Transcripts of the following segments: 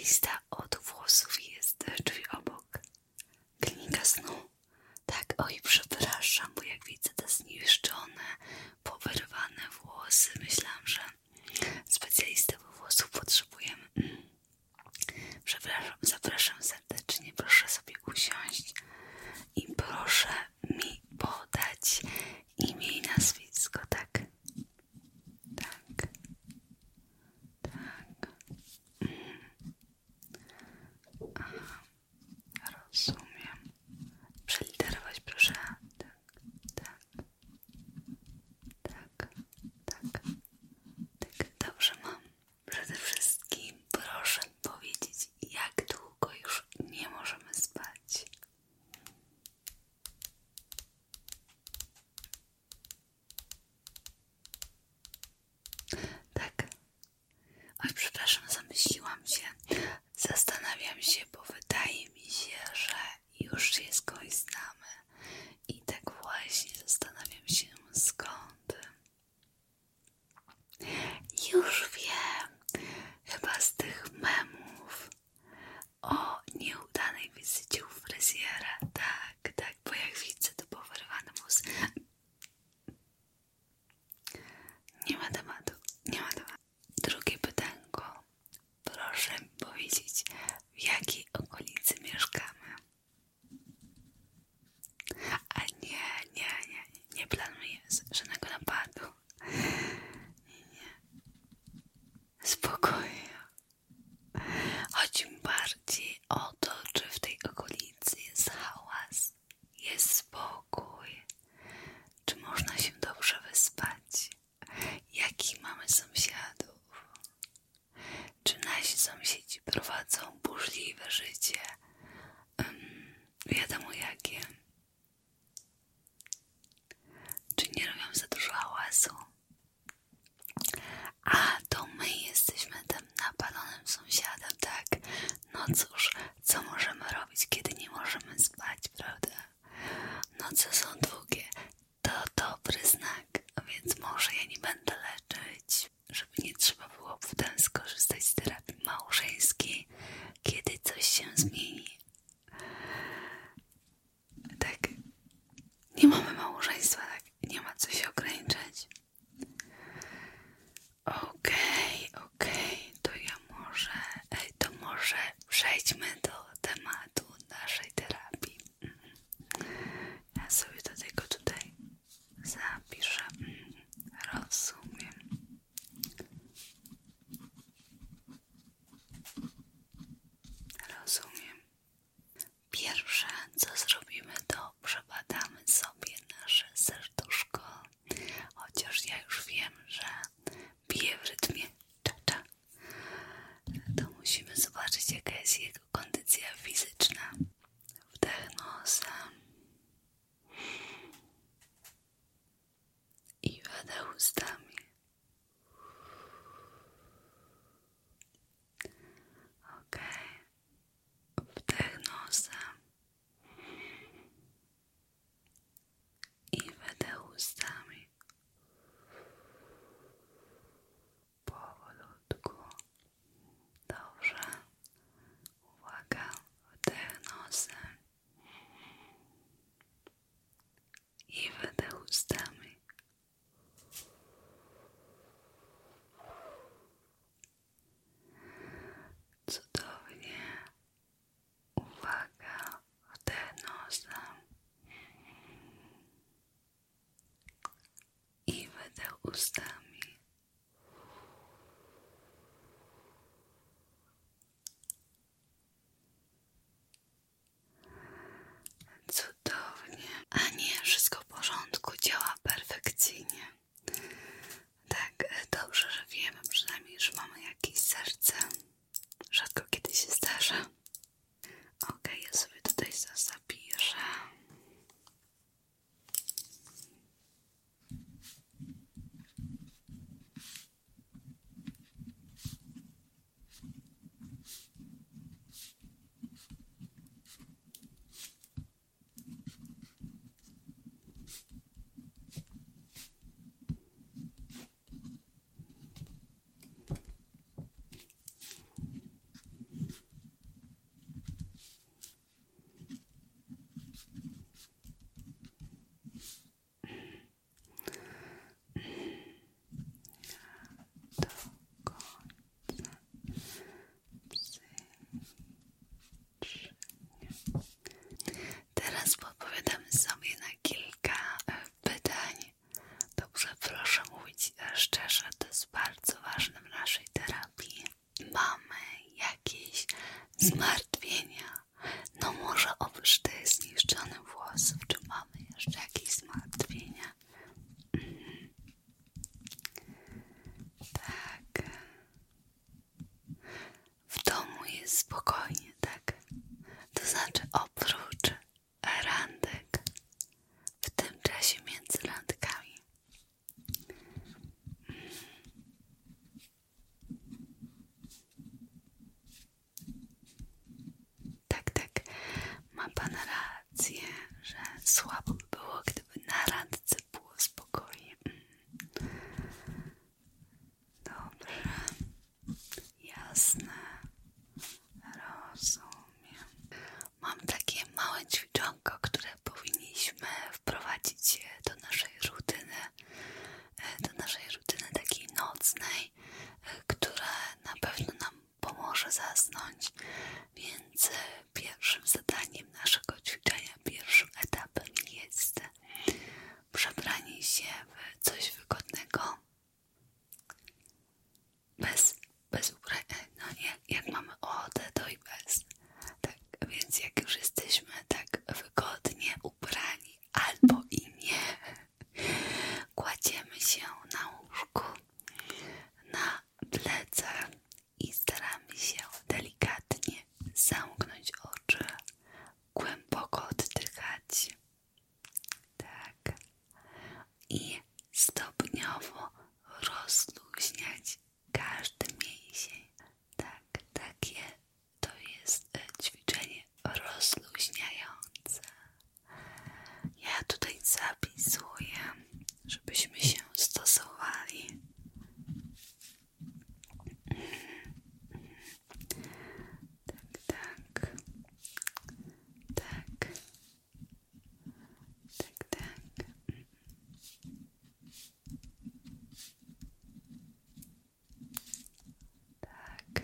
specjalista od włosów jest drzwi obok. Klinika snu. Tak, oj, przepraszam, bo jak widzę te zniszczone, powyrywane włosy, myślałam, że specjalistę od włosów potrzebujemy. Przepraszam, zapraszam serdecznie, proszę sobie usiąść i proszę mi podać imię i nazwisko, tak? Tak. Aha, rozumiem. Przeliterować proszę. Tak. Dobrze mam. Przede wszystkim proszę powiedzieć, jak długo już nie możemy spać. Tak. Oj, przepraszam, zamyśliłam się. Zastanawiam się, bo wydaje mi się, że już się skądś znamy. I tak właśnie zastanawiam się, skąd. Już wiem. Chyba z tych memów o nieudanej wizycie u fryzjera. Tak, bo jak widzę to powyrywane włosy. Nie ma tematu. Drugie pytanko. Proszę mi powiedzieć, w jakiej okolicy mieszkamy? A nie planuję żadnego napadu. Nie. Spokojnie. Chodzi mi bardziej o to, czy w tej okolicy jest hałas, jest spokój, czy można się dobrze wyspać, jakich mamy sąsiadów, czy nasi sąsiedzi prowadzą burzliwe życie, wiadomo jakie, czy nie robią za dużo hałasu. A to my jesteśmy tym napalonym sąsiadem, tak? No cóż, co możemy robić, kiedy nie możemy spać, prawda? Noce są długie, to dobry znak, więc może ja nie będę leczyć, żeby nie trzeba było potem skorzystać z terapii małżeńskiej, kiedy coś się zmieni. Tak, nie mamy małżeństwa, tak? Nie ma co się ograniczać. Okej, to może przejdźmy do tematu naszej terapii. Ja sobie do tego tutaj zapiszę. Rozumiem. Pierwsze, co zrobimy, to przebadamy sobie nasze serduszko. Chociaż ja już wiem, że bije w rytmie cza-cza. To musimy zobaczyć, jaka jest jego kondycja fizyczna. Wdech nosem i wydech ustami. Wdech nosem i wydech ustami. Powolutku. Dobrze. Uwaga. Wdech nosem i wydech ustami. Cudownie. Uwaga. Wdech nosem i wydech ustami. Cudownie. A nie, wszystko w porządku, działa perfekcyjnie. Tak, dobrze, że wiemy przynajmniej, że mamy jakieś serce. Rzadko kiedy się zdarza. Ja sobie tutaj zapiszę. szczerze, to jest bardzo ważne w naszej terapii. Mamy jakieś zmartwienia? No może oprócz tych zniszczonych włosów, czy mamy jeszcze jakieś zmartwienia? Tak. W domu jest spokojnie, tak? To znaczy oprócz randek, w tym czasie między randkami. Tak, tak, ma pan rację, że słabo by było, gdyby na randce było spokojnie. Dobrze, jasne, rozumiem. Mam takie małe ćwiczonko, które powinniśmy wprowadzić do naszej rutyny takiej nocnej, która na pewno nam pomoże zasnąć. Więc pierwszym zadaniem naszego ćwiczenia, pierwszym etapem jest przebranie się w coś wygodnego, bez ubrania, no jak mamy ochotę, to i bez. Tak, więc jak już jesteśmy tak wygodnie ubrani, albo i nie, kładziemy się na łóżku, na plecach i staramy się delikatnie zamknąć oczy, głęboko oddychać. Tak. I stopniowo rozluźniać każdy mięsień. Tak, takie to jest ćwiczenie rozluźniające. Ja tutaj zapisuję, żebyśmy się stosowali. Tak, tak. Tak. Tak, tak. Tak.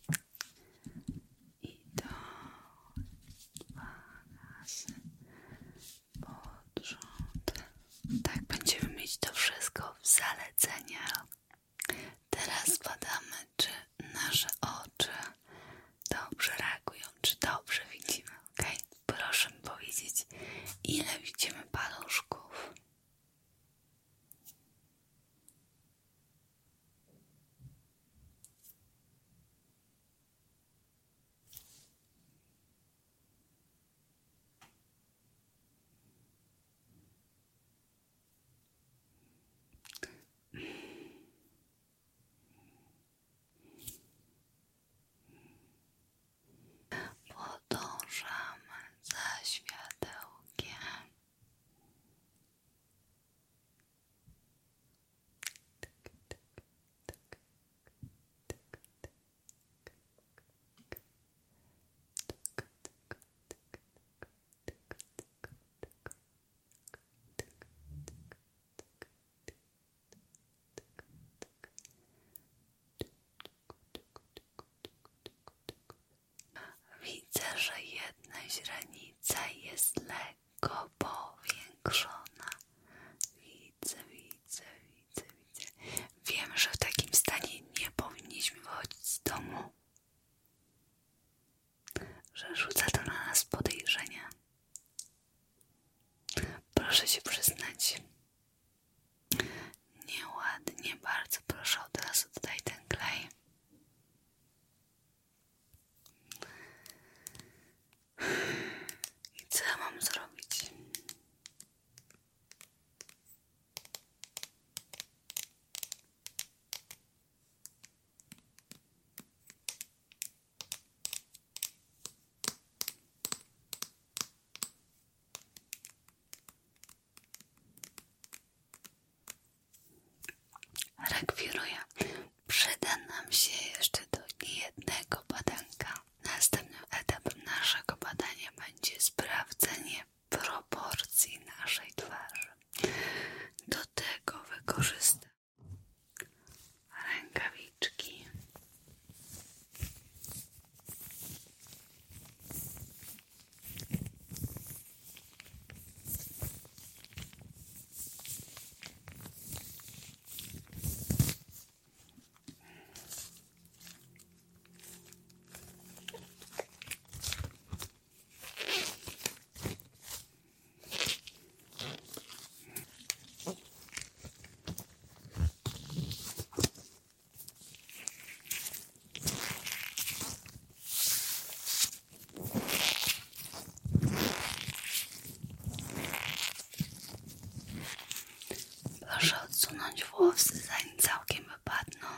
I to 2 razy pod rząd. Tak, będziemy mieć to wszystko w zaleceniach. Teraz badamy, czy nasze oczy dobrze reagują, czy dobrze widzimy, ok? Proszę mi powiedzieć, ile widzimy paluszków? Podążamy za światełkiem. Widzę, że jedna źrenica jest lekko powiększona. Widzę. Wiem, że w takim stanie nie powinniśmy wychodzić z domu, że rzuca to na nas podejrzenia. Proszę się przyznać. Nieładnie, bardzo proszę, od razu dodaj ten klej. I co ja mam zrobić? Rekwiruję. Przyda nam się jeszcze do niejednego badanka. Następnym etapem naszego badania będzie sprawdzenie proporcji naszej twarzy. Do tego wykorzystam rękawiczki. usunąć włosy, zanim całkiem wypadną.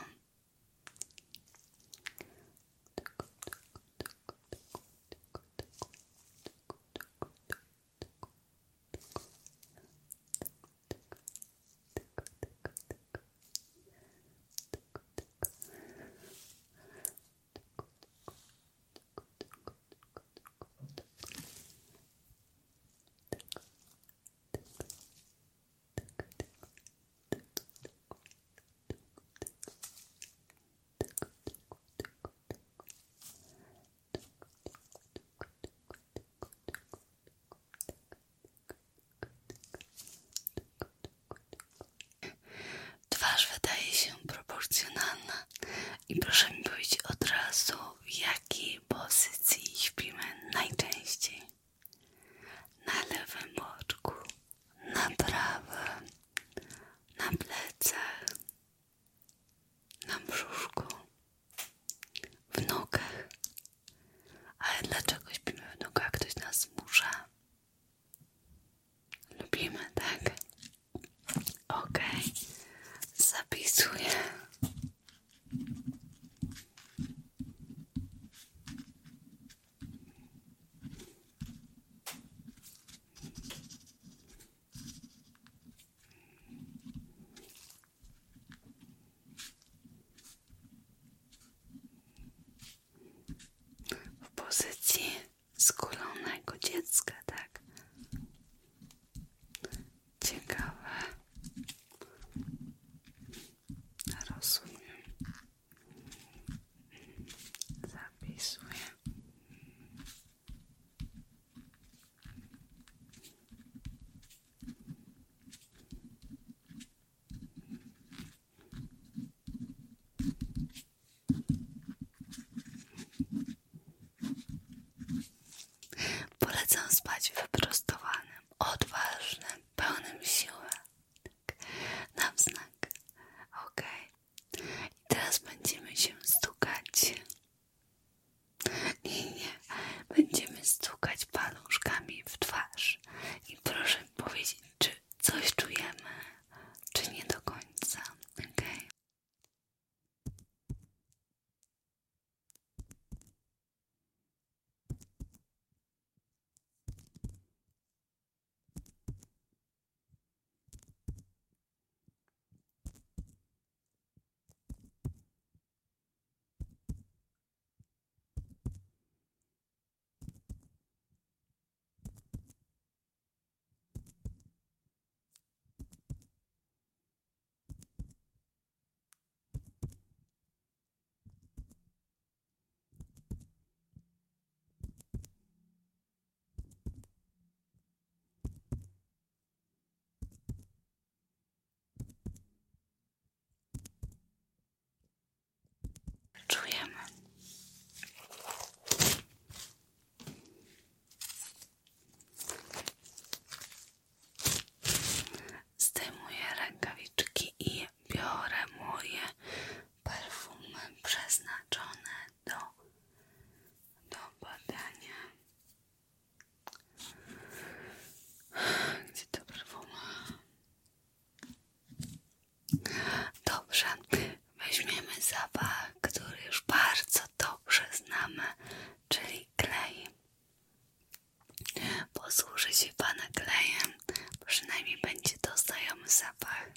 Twarz wydaje się proporcjonalna i proszę mi powiedzieć od razu, w jakiej pozycji śpimy najczęściej. Na lewym boczku, na prawym, na plecach, na brzuszku, w nogach. Ale dlaczego śpimy w nogach? Ktoś nas zmusza. Lubimy, tak? Okej. Zapisuję. W pozycji skulonego dziecka, tak? Ciekawe. Rozumiem. Zapisuję. Polecam spać wyprostowanym, odważnym, pełnym siły. Na wznak. Okej. I teraz będziemy się stukać. Nie. Będziemy stukać paluszkami w twarz. I proszę mi powiedzieć, czy coś czujemy, czy nie do końca. Okej. Czujemy. Zdejmuję rękawiczki i biorę moje perfumy przeznaczone do badania. Gdzie to perfumy? Dobrze. Weźmiemy zapach, który już bardzo dobrze znamy, czyli klej. Posłuży się Pana klejem, przynajmniej będzie to znajomy zapach.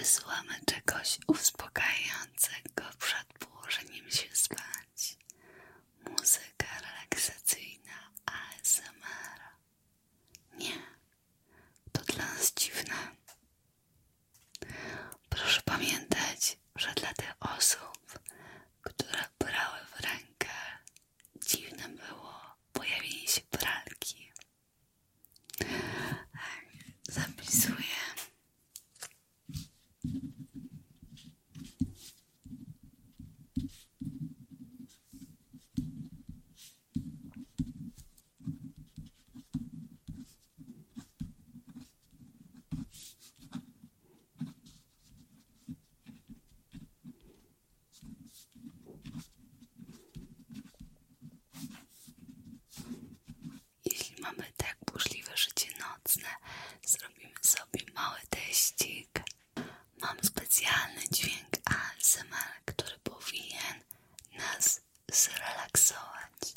wysłuchamy czegoś uspokajającego przed położeniem się spać. Muzyka relaksacyjna ASMR. Nie, to dla nas dziwne. Proszę pamiętać, że dla tych osób, które brały w rękę, dziwne było pojawienie się pralki. Zapisuję. Jeśli mamy tak burzliwe życie nocne, zrobimy sobie mały teścik. Mam specjalny dźwięk ASMR, który powinien nas zrelaksować.